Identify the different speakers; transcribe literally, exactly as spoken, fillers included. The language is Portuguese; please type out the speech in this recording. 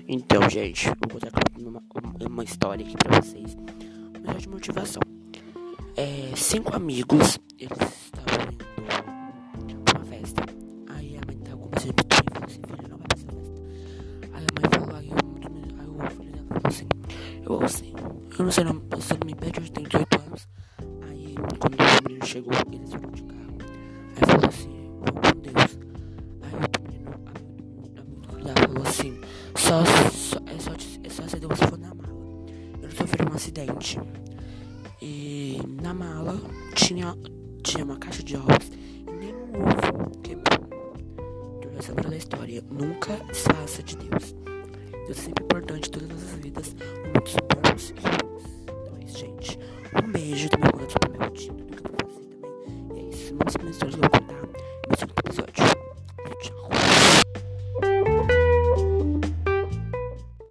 Speaker 1: Então, gente, eu vou contar uma, uma história aqui pra vocês. Uma história de motivação. É, cinco amigos, eles estavam indo pra uma festa. Aí a mãe tava conversando de tudo e falou assim: filho, não vai pra essa festa. Aí a mãe falou, aí, eu, aí o filho dela falou assim: eu assim, eu não sei, não, você não me pede, eu tenho dezoito anos. Aí, quando o menino chegou, eles foram de carro. Aí falou assim: vou com Deus. Aí o outro menino, amigo do dela, falou assim: Só, só, é, só, é só se você for na mala. Eu sofri um acidente. E na mala tinha, tinha uma caixa de ovos e nem um ovo quebrou. Então essa é a história. Nunca desfaça de Deus. Deus é sempre importante em todas as nossas vidas. Muitos bons e ruins. Então é isso, gente. Um beijo do meu coração pro meu time.